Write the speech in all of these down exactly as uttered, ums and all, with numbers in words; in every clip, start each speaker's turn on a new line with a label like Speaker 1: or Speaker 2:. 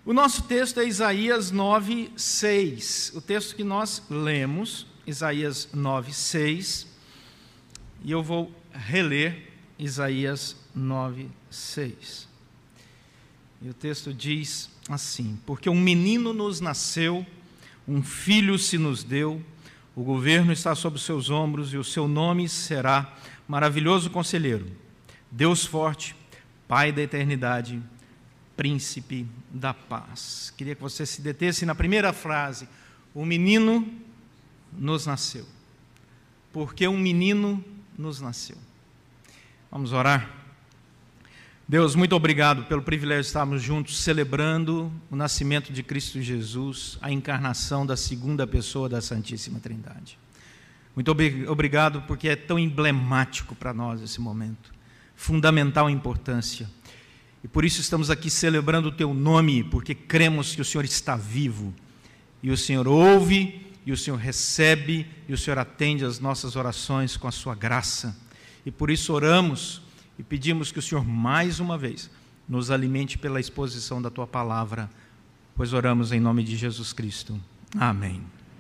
Speaker 1: O nosso texto é Isaías nove, seis. O texto que nós lemos, Isaías nove, seis. E eu vou reler Isaías nove, seis. E o texto diz assim: porque um menino nos nasceu, um filho se nos deu, o governo está sobre os seus ombros e o seu nome será Maravilhoso Conselheiro, Deus Forte, Pai da Eternidade, Príncipe da Paz. Queria que você se detesse na primeira frase: o menino nos nasceu. Porque um menino nos nasceu. Vamos orar? Deus, muito obrigado pelo privilégio de estarmos juntos celebrando o nascimento de Cristo Jesus, a encarnação da segunda pessoa da Santíssima Trindade. Muito obrigado porque é tão emblemático para nós esse momento, fundamental importância. E por isso estamos aqui celebrando o Teu nome, porque cremos que o Senhor está vivo, e o Senhor ouve, e o Senhor recebe, e o Senhor atende às nossas orações com a Sua graça. E por isso oramos e pedimos que o Senhor, mais uma vez, nos alimente pela exposição da Tua palavra, pois oramos em nome de Jesus Cristo. Amém.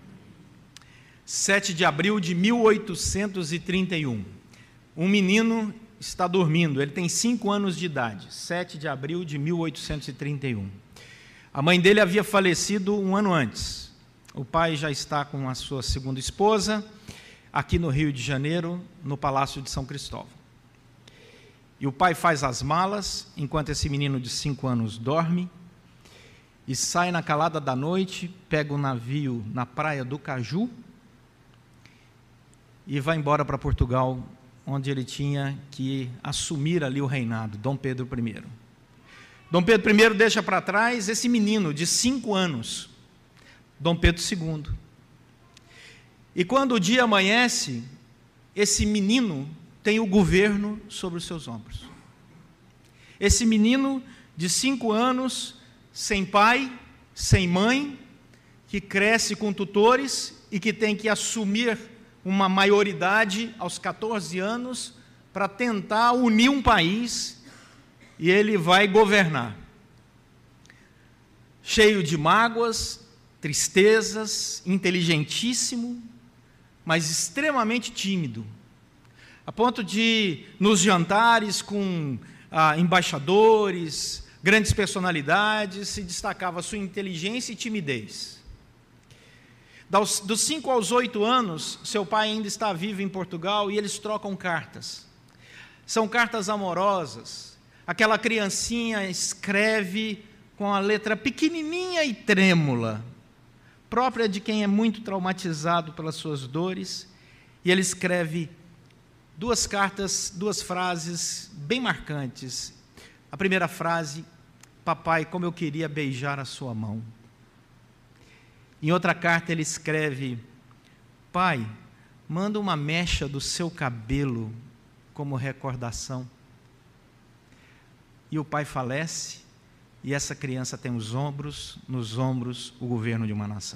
Speaker 1: sete de abril de mil oitocentos e trinta e um. Um menino está dormindo, ele tem cinco anos de idade, sete de abril de mil oitocentos e trinta e um. A mãe dele havia falecido um ano antes. O pai já está com a sua segunda esposa, aqui no Rio de Janeiro, no Palácio de São Cristóvão. E o pai faz as malas, enquanto esse menino de cinco anos dorme, e sai na calada da noite, pega o navio na praia do Caju, e vai embora para Portugal, onde ele tinha que assumir ali o reinado, Dom Pedro I. Dom Pedro I deixa para trás esse menino de cinco anos, Dom Pedro segundo. E quando o dia amanhece, esse menino tem o governo sobre os seus ombros. Esse menino de cinco anos, sem pai, sem mãe, que cresce com tutores e que tem que assumir uma maioridade aos catorze anos para tentar unir um país, e ele vai governar. Cheio de mágoas, tristezas, inteligentíssimo, mas extremamente tímido, a ponto de, nos jantares com ah, embaixadores, grandes personalidades, se destacava a sua inteligência e timidez. Dos, dos cinco aos oito anos, seu pai ainda está vivo em Portugal e eles trocam cartas. São cartas amorosas. Aquela criancinha escreve com a letra pequenininha e trêmula, própria de quem é muito traumatizado pelas suas dores, e ele escreve duas cartas, duas frases bem marcantes. A primeira frase: papai, como eu queria beijar a sua mão. Em outra carta ele escreve: pai, manda uma mecha do seu cabelo como recordação. E o pai falece, e essa criança tem os ombros, nos ombros, o governo de uma nação.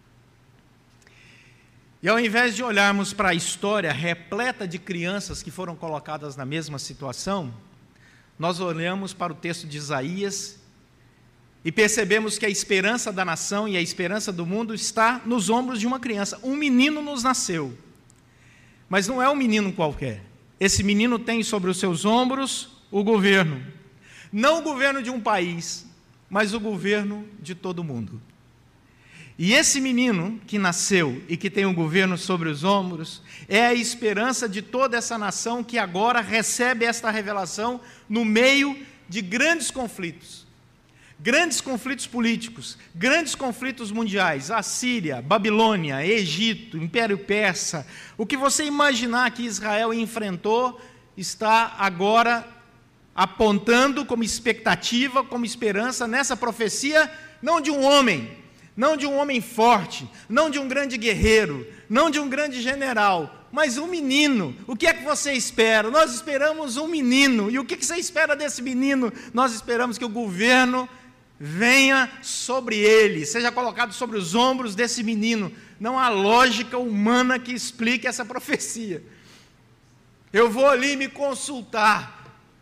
Speaker 1: E ao invés de olharmos para a história repleta de crianças que foram colocadas na mesma situação, nós olhamos para o texto de Isaías e percebemos que a esperança da nação e a esperança do mundo está nos ombros de uma criança. Um menino nos nasceu, mas não é um menino qualquer. Esse menino tem sobre os seus ombros o governo, não o governo de um país, mas o governo de todo o mundo. E esse menino que nasceu e que tem um governo sobre os ombros é a esperança de toda essa nação que agora recebe esta revelação no meio de grandes conflitos. Grandes conflitos políticos, grandes conflitos mundiais, Assíria, Babilônia, Egito, Império Persa. O que você imaginar que Israel enfrentou está agora apontando como expectativa, como esperança nessa profecia, não de um homem, não de um homem forte, não de um grande guerreiro, não de um grande general, mas um menino. O que é que você espera? Nós esperamos um menino. E o que você espera desse menino? Nós esperamos que o governo venha sobre ele, seja colocado sobre os ombros desse menino. Não há lógica humana que explique essa profecia. Eu vou ali me consultar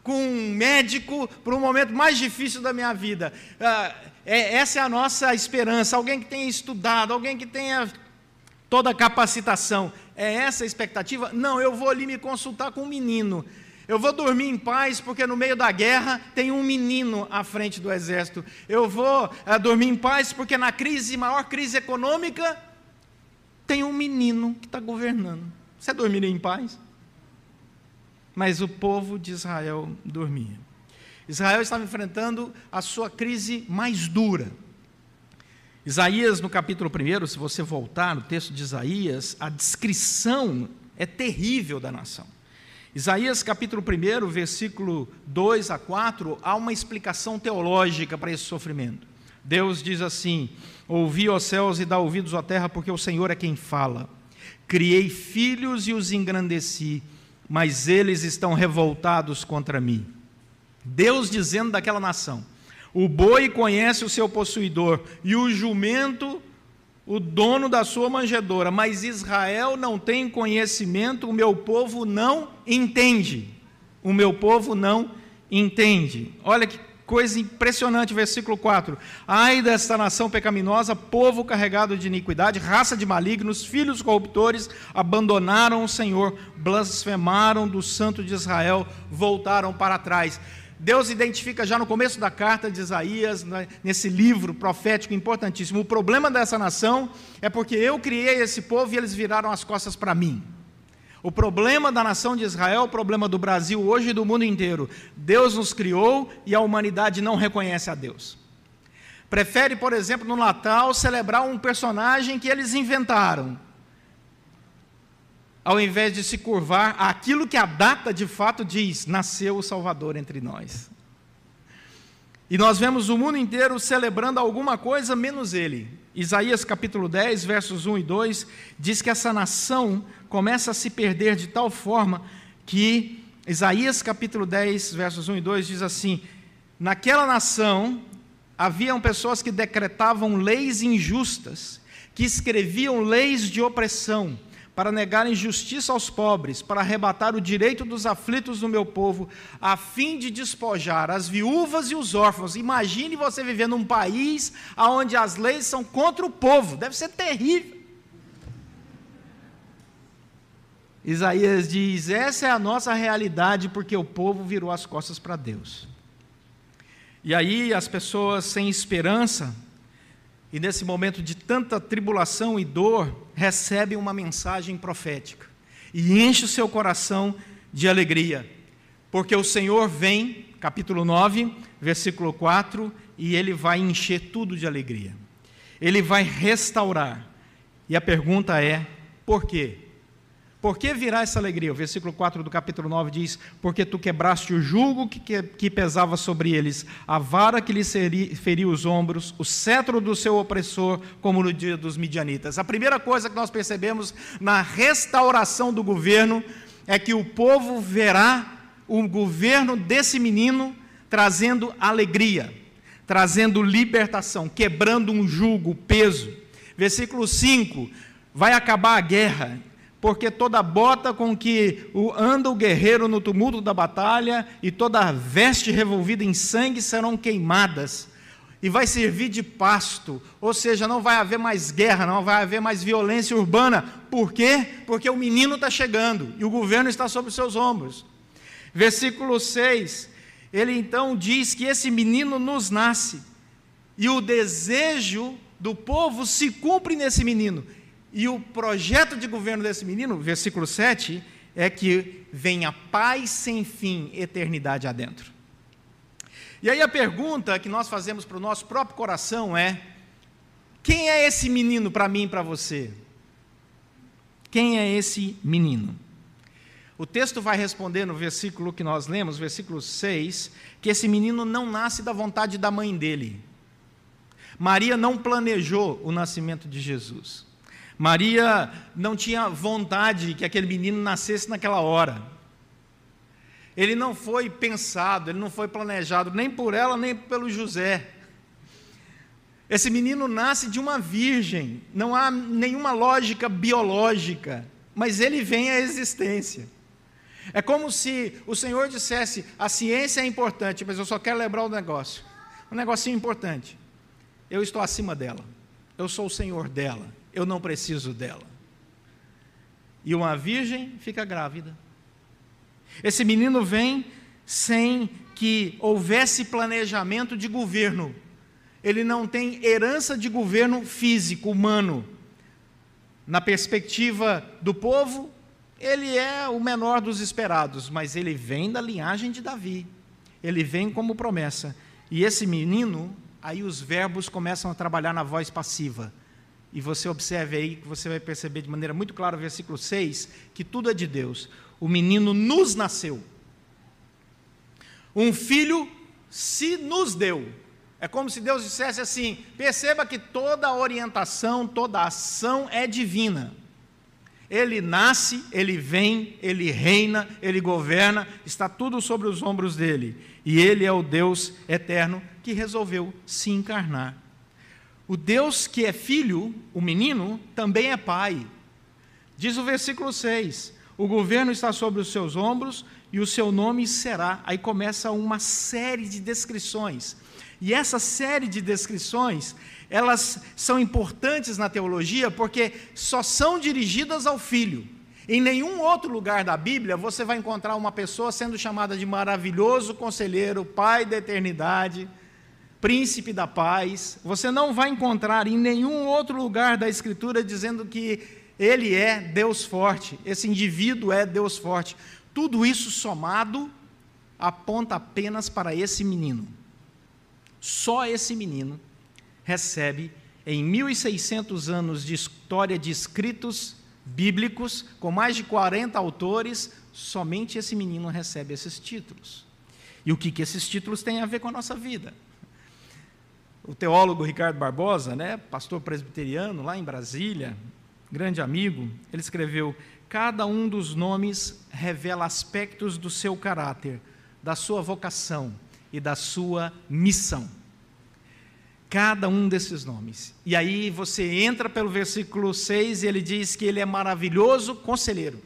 Speaker 1: com um médico para o momento mais difícil da minha vida. Ah, é, essa é a nossa esperança, alguém que tenha estudado, alguém que tenha toda a capacitação. É essa a expectativa? Não, eu vou ali me consultar com um menino. Eu vou dormir em paz porque no meio da guerra tem um menino à frente do exército. Eu vou ah, dormir em paz porque na crise, maior crise econômica, tem um menino que está governando. Você dormiria em paz? Mas o povo de Israel dormia. Israel estava enfrentando a sua crise mais dura. Isaías, no capítulo primeiro, se você voltar no texto de Isaías, a descrição é terrível da nação. Isaías, capítulo primeiro, versículo dois a quatro, há uma explicação teológica para esse sofrimento. Deus diz assim: ouvi, ó céus, e dá ouvidos, ó terra, porque o Senhor é quem fala. Criei filhos e os engrandeci, mas eles estão revoltados contra mim. Deus dizendo daquela nação: o boi conhece o seu possuidor, e o jumento o dono da sua manjedoura, mas Israel não tem conhecimento, o meu povo não entende. O meu povo não entende. Olha que coisa impressionante, versículo quatro. Ai desta nação pecaminosa, povo carregado de iniquidade, raça de malignos, filhos corruptores, abandonaram o Senhor, blasfemaram do Santo de Israel, voltaram para trás. Deus identifica já no começo da carta de Isaías, nesse livro profético importantíssimo, o problema dessa nação é porque eu criei esse povo e eles viraram as costas para mim. O problema da nação de Israel, o problema do Brasil hoje e do mundo inteiro: Deus nos criou e a humanidade não reconhece a Deus. Prefere, por exemplo, no Natal, celebrar um personagem que eles inventaram, ao invés de se curvar àquilo que a data de fato diz: nasceu o Salvador entre nós. E nós vemos o mundo inteiro celebrando alguma coisa menos ele. Isaías capítulo dez, versos um e dois, diz que essa nação começa a se perder de tal forma que, Isaías capítulo dez, versos um e dois, diz assim: naquela nação haviam pessoas que decretavam leis injustas, que escreviam leis de opressão, para negarem justiça aos pobres, para arrebatar o direito dos aflitos do meu povo, a fim de despojar as viúvas e os órfãos. Imagine você viver num país onde as leis são contra o povo, deve ser terrível. Isaías diz: essa é a nossa realidade, porque o povo virou as costas para Deus. E aí as pessoas sem esperança, e nesse momento de tanta tribulação e dor, recebem uma mensagem profética e enche o seu coração de alegria, porque o Senhor vem, capítulo nove, versículo quatro, e Ele vai encher tudo de alegria, Ele vai restaurar. E a pergunta é: por quê? Por que virá essa alegria? O versículo quatro do capítulo nove diz: porque tu quebraste o jugo que, que, que pesava sobre eles, a vara que lhes feriu os ombros, o cetro do seu opressor, como no dia dos midianitas. A primeira coisa que nós percebemos na restauração do governo é que o povo verá o governo desse menino trazendo alegria, trazendo libertação, quebrando um jugo, peso. Versículo cinco: vai acabar a guerra, porque toda bota com que anda o guerreiro no tumulto da batalha e toda veste revolvida em sangue serão queimadas, e vai servir de pasto, ou seja, não vai haver mais guerra, não vai haver mais violência urbana. Por quê? Porque o menino está chegando, e o governo está sobre os seus ombros. Versículo seis, ele então diz que esse menino nos nasce, e o desejo do povo se cumpre nesse menino. E o projeto de governo desse menino, versículo sete, é que venha paz sem fim, eternidade adentro. E aí a pergunta que nós fazemos para o nosso próprio coração é: quem é esse menino para mim e para você? Quem é esse menino? O texto vai responder no versículo que nós lemos, versículo seis, que esse menino não nasce da vontade da mãe dele. Maria não planejou o nascimento de Jesus. Maria não tinha vontade que aquele menino nascesse naquela hora. Ele não foi pensado, ele não foi planejado, nem por ela, nem pelo José. Esse menino nasce de uma virgem, não há nenhuma lógica biológica, mas ele vem à existência. É como se o Senhor dissesse, a ciência é importante, mas eu só quero lembrar um negócio, um negocinho importante. Eu estou acima dela, eu sou o Senhor dela, eu não preciso dela. E uma virgem fica grávida. Esse menino vem sem que houvesse planejamento de governo. Ele não tem herança de governo físico, humano. Na perspectiva do povo, ele é o menor dos esperados, mas ele vem da linhagem de Davi. Ele vem como promessa. E esse menino, aí os verbos começam a trabalhar na voz passiva. E você observe aí, que você vai perceber de maneira muito clara, versículo seis, que tudo é de Deus. O menino nos nasceu. Um filho se nos deu. É como se Deus dissesse assim, perceba que toda a orientação, toda a ação é divina. Ele nasce, ele vem, ele reina, ele governa, está tudo sobre os ombros dele. E ele é o Deus eterno que resolveu se encarnar. O Deus que é filho, o menino, também é pai. Diz o versículo seis, o governo está sobre os seus ombros e o seu nome será. Aí começa uma série de descrições. E essa série de descrições, elas são importantes na teologia porque só são dirigidas ao Filho. Em nenhum outro lugar da Bíblia você vai encontrar uma pessoa sendo chamada de maravilhoso conselheiro, Pai da eternidade, Príncipe da paz. Você não vai encontrar em nenhum outro lugar da Escritura dizendo que Ele é Deus forte, esse indivíduo é Deus forte. Tudo isso somado aponta apenas para esse menino. Só esse menino recebe, em mil e seiscentos anos de história de escritos bíblicos, com mais de quarenta autores, somente esse menino recebe esses títulos. E o que, que esses títulos têm a ver com a nossa vida? O teólogo Ricardo Barbosa, né, pastor presbiteriano lá em Brasília, grande amigo, ele escreveu: cada um dos nomes revela aspectos do seu caráter, da sua vocação e da sua missão. Cada um desses nomes. E aí você entra pelo versículo seis e ele diz que ele é maravilhoso conselheiro.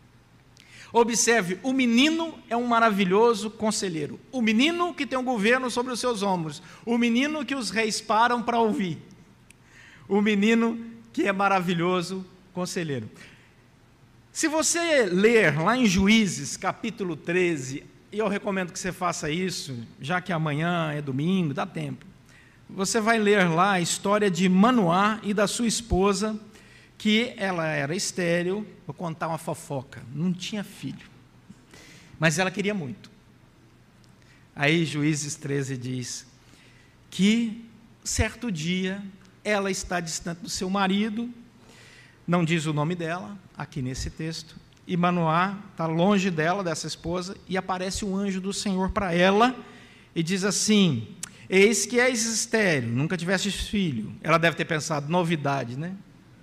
Speaker 1: Observe, o menino é um maravilhoso conselheiro. O menino que tem um governo sobre os seus ombros. O menino que os reis param para ouvir. O menino que é maravilhoso conselheiro. Se você ler lá em Juízes, capítulo treze, e eu recomendo que você faça isso, já que amanhã é domingo, dá tempo. Você vai ler lá a história de Manoá e da sua esposa, que ela era estéril. Vou contar uma fofoca, não tinha filho, mas ela queria muito. Aí Juízes treze diz que certo dia ela está distante do seu marido, não diz o nome dela aqui nesse texto, e Manoá está longe dela, dessa esposa, e aparece um anjo do Senhor para ela e diz assim: eis que és estéril, nunca tivestes filho. Ela deve ter pensado, novidade, né?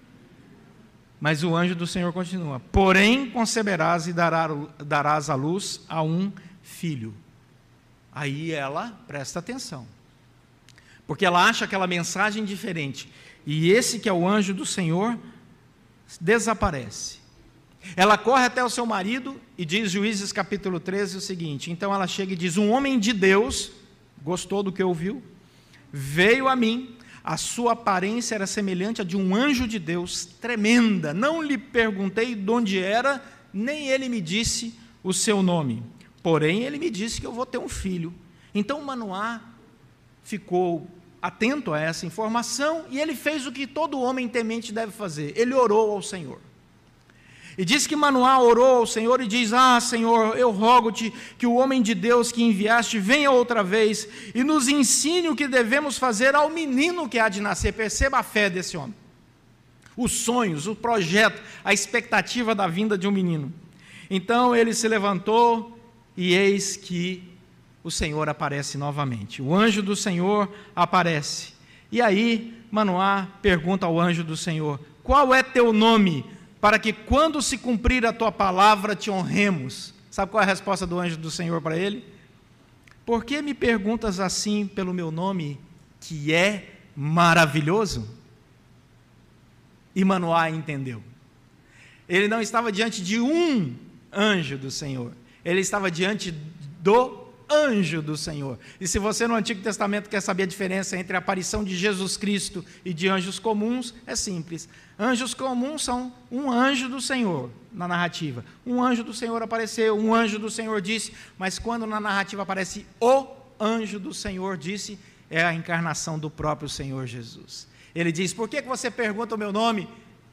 Speaker 1: Mas o anjo do Senhor continua: porém conceberás e darás à luz a um filho. Aí ela presta atenção, porque ela acha aquela mensagem diferente, e esse que é o anjo do Senhor desaparece. Ela corre até o seu marido e diz, Juízes capítulo treze, o seguinte: então ela chega e diz: um homem de Deus, gostou do que ouviu, veio a mim, a sua aparência era semelhante a de um anjo de Deus, tremenda, não lhe perguntei de onde era, nem ele me disse o seu nome, porém ele me disse que eu vou ter um filho. Então Manoá ficou atento a essa informação e ele fez o que todo homem temente deve fazer, ele orou ao Senhor. E diz que Manoá orou ao Senhor e diz: ah, Senhor, eu rogo-te que o homem de Deus que enviaste venha outra vez e nos ensine o que devemos fazer ao menino que há de nascer. Perceba a fé desse homem, os sonhos, o projeto, a expectativa da vinda de um menino. Então ele se levantou e eis que o Senhor aparece novamente. O anjo do Senhor aparece. E aí Manoá pergunta ao anjo do Senhor: qual é teu nome, para que quando se cumprir a tua palavra te honremos? Sabe qual é a resposta do anjo do Senhor para ele? Por que me perguntas assim pelo meu nome, que é maravilhoso? E Manoá entendeu. Ele não estava diante de um anjo do Senhor. Ele estava diante do anjo do Senhor. E se você no Antigo Testamento quer saber a diferença entre a aparição de Jesus Cristo e de anjos comuns, é simples. Anjos comuns são um anjo do Senhor, na narrativa. Um anjo do Senhor apareceu, um anjo do Senhor disse, mas quando na narrativa aparece o anjo do Senhor disse, é a encarnação do próprio Senhor Jesus. Ele diz, por que você pergunta o meu nome?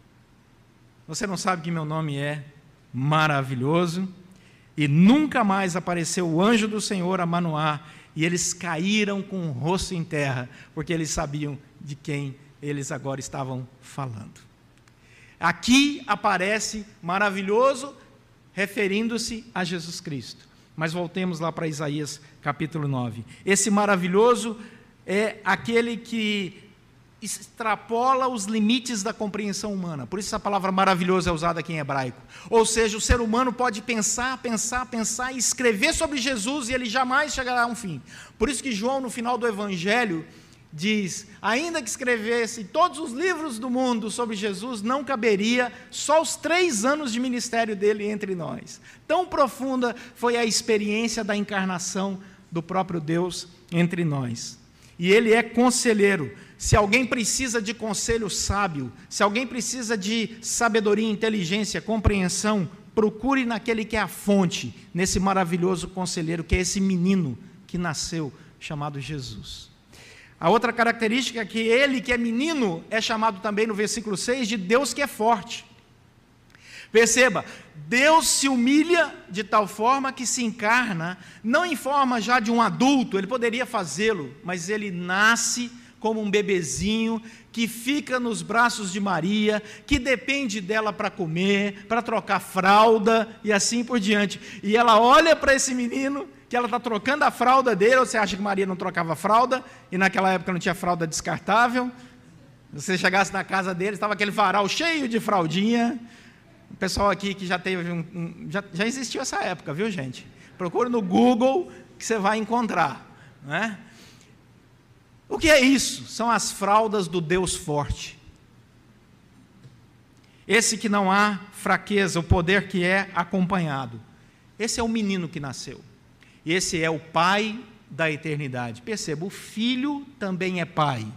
Speaker 1: Você não sabe que meu nome é maravilhoso? E nunca mais apareceu o anjo do Senhor a Manoá, e eles caíram com o rosto em terra, porque eles sabiam de quem eles agora estavam falando. Aqui aparece maravilhoso, referindo-se a Jesus Cristo. Mas voltemos lá para Isaías capítulo nove. Esse maravilhoso é aquele que extrapola os limites da compreensão humana. Por isso essa palavra maravilhoso é usada aqui em hebraico. Ou seja, o ser humano pode pensar, pensar, pensar e escrever sobre Jesus e ele jamais chegará a um fim. Por isso que João, no final do Evangelho, diz, ainda que escrevesse todos os livros do mundo sobre Jesus, não caberia só os três anos de ministério dele entre nós. Tão profunda foi a experiência da encarnação do próprio Deus entre nós. E ele é conselheiro. Se alguém precisa de conselho sábio, se alguém precisa de sabedoria, inteligência, compreensão, procure naquele que é a fonte, nesse maravilhoso conselheiro, que é esse menino que nasceu, chamado Jesus. A outra característica é que ele, que é menino, é chamado também no versículo seis de Deus que é forte. Perceba, Deus se humilha de tal forma que se encarna, não em forma já de um adulto, ele poderia fazê-lo, mas ele nasce como um bebezinho, que fica nos braços de Maria, que depende dela para comer, para trocar fralda, e assim por diante. E ela olha para esse menino, que ela está trocando a fralda dele, ou você acha que Maria não trocava fralda, e naquela época não tinha fralda descartável? Se você chegasse na casa dele, estava aquele varal cheio de fraldinha. O pessoal aqui que já teve um, um já, já existiu essa época, viu, gente? Procure no Google que você vai encontrar, não é? O que é isso? São as fraldas do Deus forte. Esse que não há fraqueza, o poder que é acompanhado. Esse é o menino que nasceu. Esse é o Pai da eternidade. Perceba, o Filho também é Pai.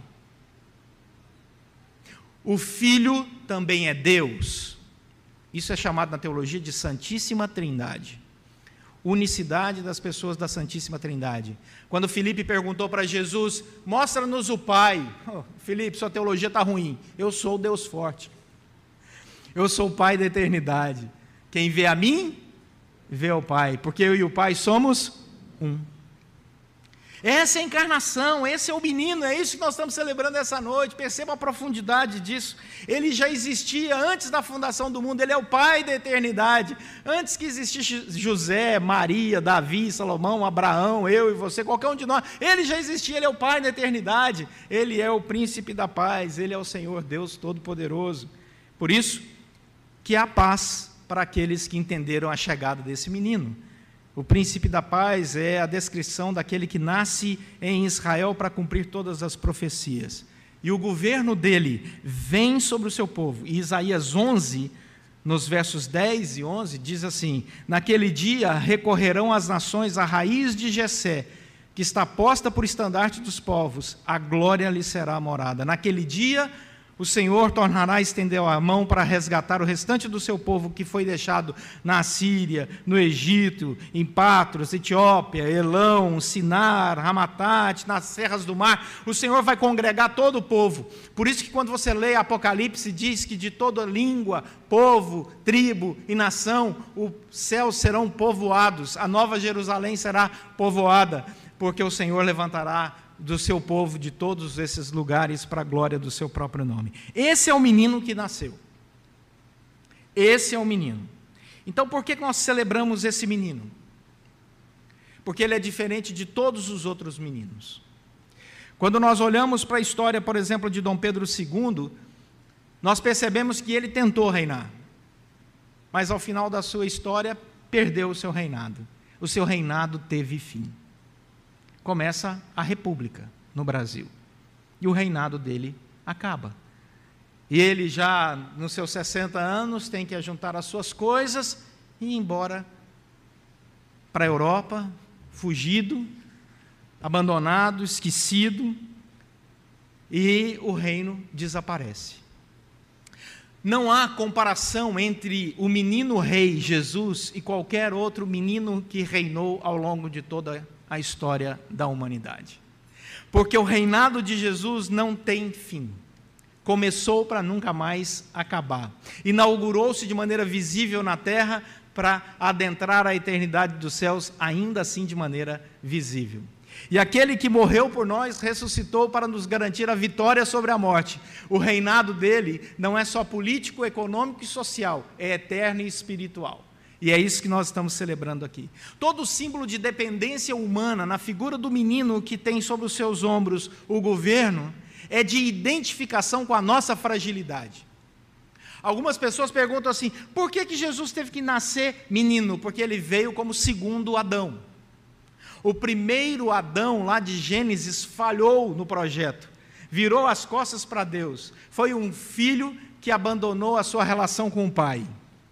Speaker 1: O Filho também é Deus. Isso é chamado na teologia de Santíssima Trindade. Unicidade das pessoas da Santíssima Trindade. Quando Filipe perguntou para Jesus, mostra-nos o Pai. Oh, Filipe, sua teologia está ruim. Eu sou o Deus forte. Eu sou o Pai da eternidade. Quem vê a mim, vê o Pai, porque eu e o Pai somos um. Essa é a encarnação, esse é o menino, é isso que nós estamos celebrando essa noite. Perceba a profundidade disso. Ele já existia antes da fundação do mundo, ele é o Pai da eternidade. Antes que existisse José, Maria, Davi, Salomão, Abraão, eu e você, qualquer um de nós, ele já existia, ele é o Pai da eternidade. Ele é o príncipe da paz, ele é o Senhor Deus Todo-Poderoso. Por isso que há paz para aqueles que entenderam a chegada desse menino. O príncipe da paz é a descrição daquele que nasce em Israel para cumprir todas as profecias. E o governo dele vem sobre o seu povo. E Isaías onze, nos versos dez e onze, diz assim, naquele dia recorrerão as nações à raiz de Jessé, que está posta por estandarte dos povos, a glória lhe será morada. Naquele dia o Senhor tornará a estender a mão para resgatar o restante do seu povo que foi deixado na Assíria, no Egito, em Patros, Etiópia, Elão, Sinar, Ramatate, nas serras do mar. O Senhor vai congregar todo o povo. Por isso que quando você lê Apocalipse, diz que de toda língua, povo, tribo e nação, os céus serão povoados, a nova Jerusalém será povoada, porque o Senhor levantará do seu povo de todos esses lugares para a glória do seu próprio nome. Esse é o menino que nasceu. Esse é o menino. Então, por que nós celebramos esse menino? Porque ele é diferente de todos os outros meninos. Quando nós olhamos para a história, por exemplo, de Dom Pedro segundo, nós percebemos que ele tentou reinar, mas ao final da sua história, perdeu o seu reinado. O seu reinado teve fim. Começa a República no Brasil, e o reinado dele acaba. E ele já, nos seus sessenta anos, tem que ajuntar as suas coisas e ir embora para a Europa, fugido, abandonado, esquecido, e o reino desaparece. Não há comparação entre o menino rei Jesus e qualquer outro menino que reinou ao longo de toda a história da humanidade. Porque o reinado de Jesus não tem fim. Começou para nunca mais acabar. Inaugurou-se de maneira visível na terra para adentrar a eternidade dos céus, ainda assim de maneira visível. E aquele que morreu por nós ressuscitou para nos garantir a vitória sobre a morte. O reinado dele não é só político, econômico e social, é eterno e espiritual. E é isso que nós estamos celebrando aqui. Todo símbolo de dependência humana na figura do menino que tem sobre os seus ombros o governo é de identificação com a nossa fragilidade. Algumas pessoas perguntam assim, por que que Jesus teve que nascer menino? Porque ele veio como segundo Adão. O primeiro Adão, lá de Gênesis, falhou no projeto, virou as costas para Deus. Foi um filho que abandonou a sua relação com o pai.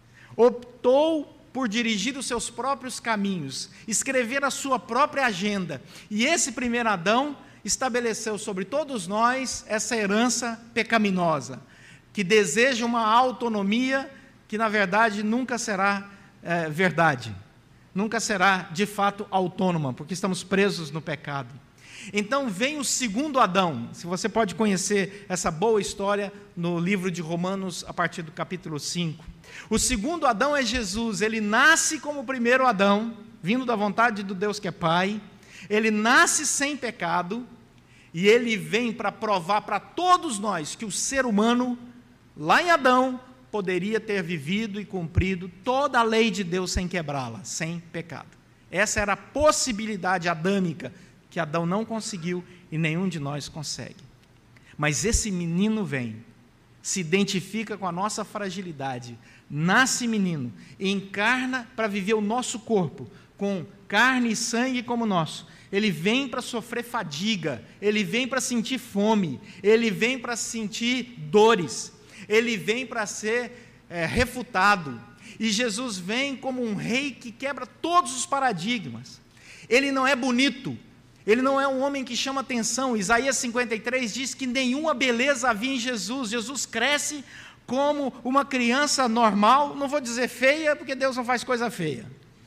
Speaker 1: Optou por dirigir os seus próprios caminhos, escrever a sua própria agenda. E esse primeiro Adão estabeleceu sobre todos nós essa herança pecaminosa, que deseja uma autonomia que, na verdade, nunca será é, verdade. Nunca será, de fato, autônoma, porque estamos presos no pecado. Então vem o segundo Adão. Se você pode conhecer essa boa história no livro de Romanos, a partir do capítulo cinco. O segundo Adão é Jesus. Ele nasce como o primeiro Adão, vindo da vontade do Deus que é Pai. Ele nasce sem pecado, e ele vem para provar para todos nós que o ser humano, lá em Adão, poderia ter vivido e cumprido toda a lei de Deus sem quebrá-la, sem pecado. Essa era a possibilidade adâmica que Adão não conseguiu e nenhum de nós consegue. Mas esse menino vem, se identifica com a nossa fragilidade, nasce menino, encarna para viver o nosso corpo, com carne e sangue como o nosso. Ele vem para sofrer fadiga, ele vem para sentir fome, ele vem para sentir dores, ele vem para ser é, refutado. E Jesus vem como um rei que quebra todos os paradigmas. Ele não é bonito, ele não é um homem que chama atenção. Isaías cinquenta e três diz que nenhuma beleza havia em Jesus. Jesus cresce como uma criança normal, não vou dizer feia, porque Deus não faz coisa feia.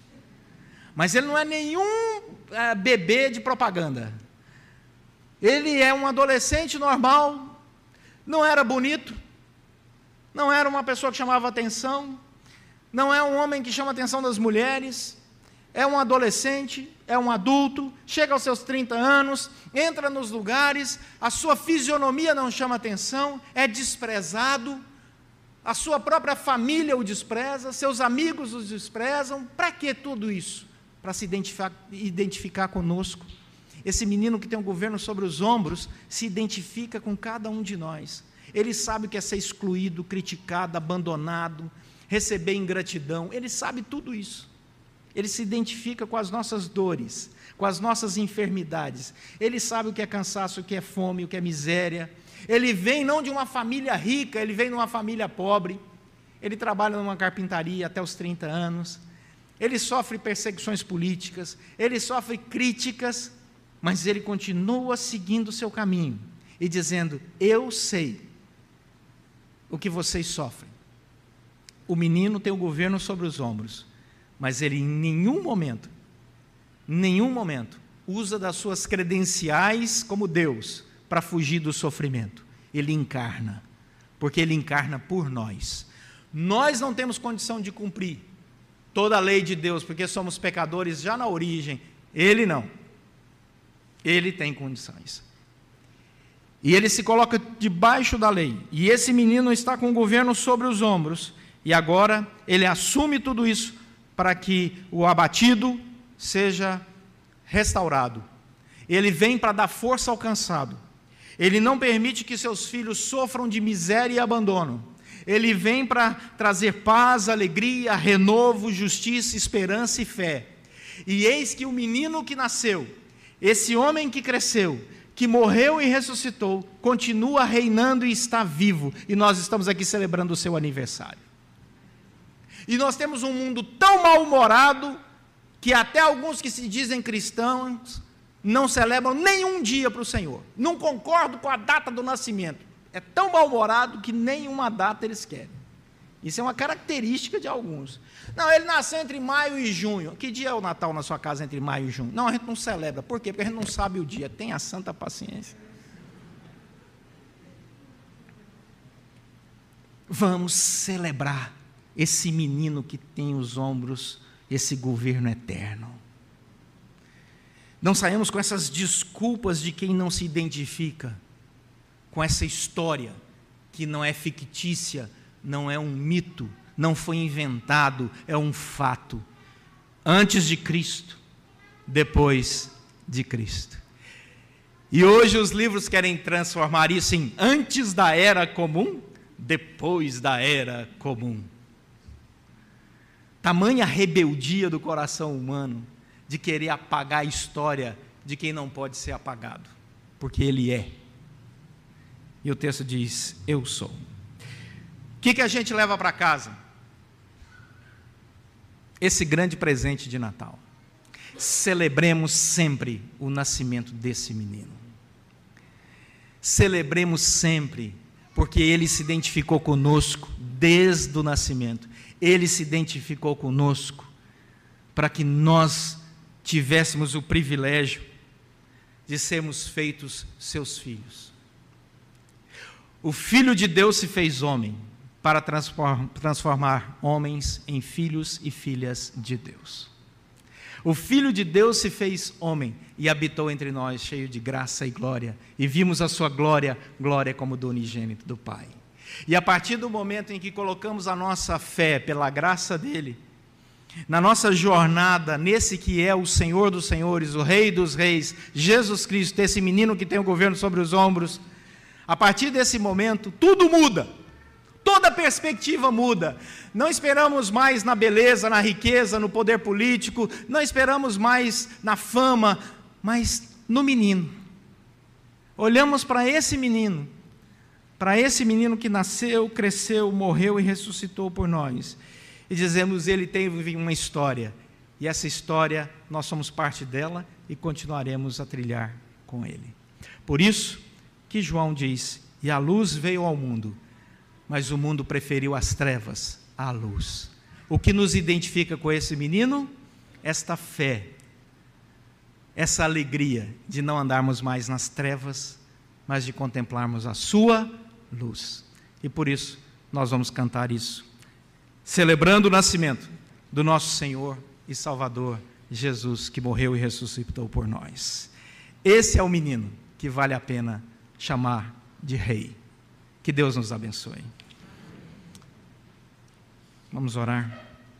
Speaker 1: Mas ele não é nenhum é, bebê de propaganda. Ele é um adolescente normal, não era bonito, não era uma pessoa que chamava atenção, não é um homem que chama a atenção das mulheres, é um adolescente, é um adulto, chega aos seus trinta anos, entra nos lugares, a sua fisionomia não chama atenção, é desprezado, a sua própria família o despreza, seus amigos o desprezam. Para que tudo isso? Para se identificar, identificar conosco. Esse menino que tem um governo sobre os ombros se identifica com cada um de nós. Ele sabe o que é ser excluído, criticado, abandonado, receber ingratidão. Ele sabe tudo isso. Ele se identifica com as nossas dores, com as nossas enfermidades. Ele sabe o que é cansaço, o que é fome, o que é miséria. Ele vem não de uma família rica, ele vem de uma família pobre. Ele trabalha numa carpintaria até os trinta anos. Ele sofre perseguições políticas, ele sofre críticas, mas ele continua seguindo o seu caminho e dizendo: eu sei o que vocês sofrem. O menino tem o governo sobre os ombros, mas ele em nenhum momento, nenhum momento, usa das suas credenciais como Deus para fugir do sofrimento. Ele encarna, porque ele encarna por nós. Nós não temos condição de cumprir toda a lei de Deus, porque somos pecadores já na origem. Ele não. Ele tem condições. E ele se coloca debaixo da lei. E esse menino está com o governo sobre os ombros. E agora ele assume tudo isso para que o abatido seja restaurado. Ele vem para dar força ao cansado. Ele não permite que seus filhos sofram de miséria e abandono. Ele vem para trazer paz, alegria, renovo, justiça, esperança e fé. E eis que o menino que nasceu, esse homem que cresceu, que morreu e ressuscitou, continua reinando e está vivo. E nós estamos aqui celebrando o seu aniversário. E nós temos um mundo tão mal-humorado que até alguns que se dizem cristãos não celebram nenhum dia para o Senhor. Não concordam com a data do nascimento. É tão mal-humorado que nenhuma data eles querem. Isso é uma característica de alguns. Não, ele nasceu entre maio e junho. Que dia é o Natal na sua casa entre maio e junho? Não, a gente não celebra. Por quê? Porque a gente não sabe o dia. Tenha santa paciência. Vamos celebrar esse menino que tem os ombros, esse governo eterno. Não saímos com essas desculpas de quem não se identifica com essa história que não é fictícia, não é um mito, não foi inventado, é um fato. Antes de Cristo, depois de Cristo. E hoje os livros querem transformar isso em antes da era comum, depois da era comum. Tamanha rebeldia do coração humano de querer apagar a história de quem não pode ser apagado, porque ele é. E o texto diz, eu sou. O que, que a gente leva para casa? Esse grande presente de Natal. Celebremos sempre o nascimento desse menino. Celebremos sempre, porque ele se identificou conosco desde o nascimento. Ele se identificou conosco para que nós tivéssemos o privilégio de sermos feitos seus filhos. O Filho de Deus se fez homem para transformar homens em filhos e filhas de Deus. O Filho de Deus se fez homem e habitou entre nós, cheio de graça e glória, e vimos a sua glória, glória como do unigênito do Pai. E a partir do momento em que colocamos a nossa fé pela graça dele, na nossa jornada, nesse que é o Senhor dos Senhores, o Rei dos Reis, Jesus Cristo, esse menino que tem o governo sobre os ombros, a partir desse momento, tudo muda, toda a perspectiva muda. Não esperamos mais na beleza, na riqueza, no poder político, não esperamos mais na fama, mas no menino. Olhamos para esse menino, para esse menino que nasceu, cresceu, morreu e ressuscitou por nós, e dizemos, ele teve uma história, e essa história, nós somos parte dela, e continuaremos a trilhar com ele. Por isso que João diz, e a luz veio ao mundo, mas o mundo preferiu as trevas à luz. O que nos identifica com esse menino? Esta fé, essa alegria de não andarmos mais nas trevas, mas de contemplarmos a sua luz. E por isso, nós vamos cantar isso, celebrando o nascimento do nosso Senhor e Salvador, Jesus, que morreu e ressuscitou por nós. Esse é o menino que vale a pena chamar de Rei. Que Deus nos abençoe. Vamos orar.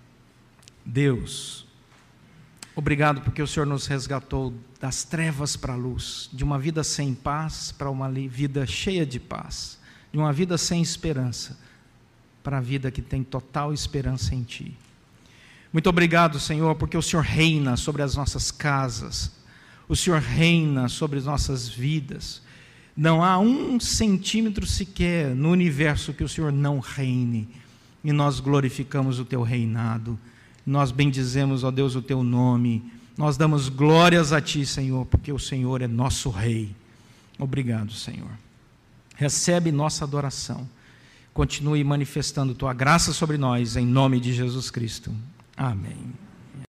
Speaker 1: Deus, obrigado porque o Senhor nos resgatou das trevas para a luz, de uma vida sem paz para uma vida cheia de paz, de uma vida sem esperança para a vida que tem total esperança em Ti. Muito obrigado, Senhor, porque o Senhor reina sobre as nossas casas, o Senhor reina sobre as nossas vidas. Não há um centímetro sequer no universo que o Senhor não reine, e nós glorificamos o Teu reinado, nós bendizemos, ó Deus, o Teu nome, nós damos glórias a Ti, Senhor, porque o Senhor é nosso Rei. Obrigado, Senhor. Recebe nossa adoração, continue manifestando Tua graça sobre nós, em nome de Jesus Cristo. Amém.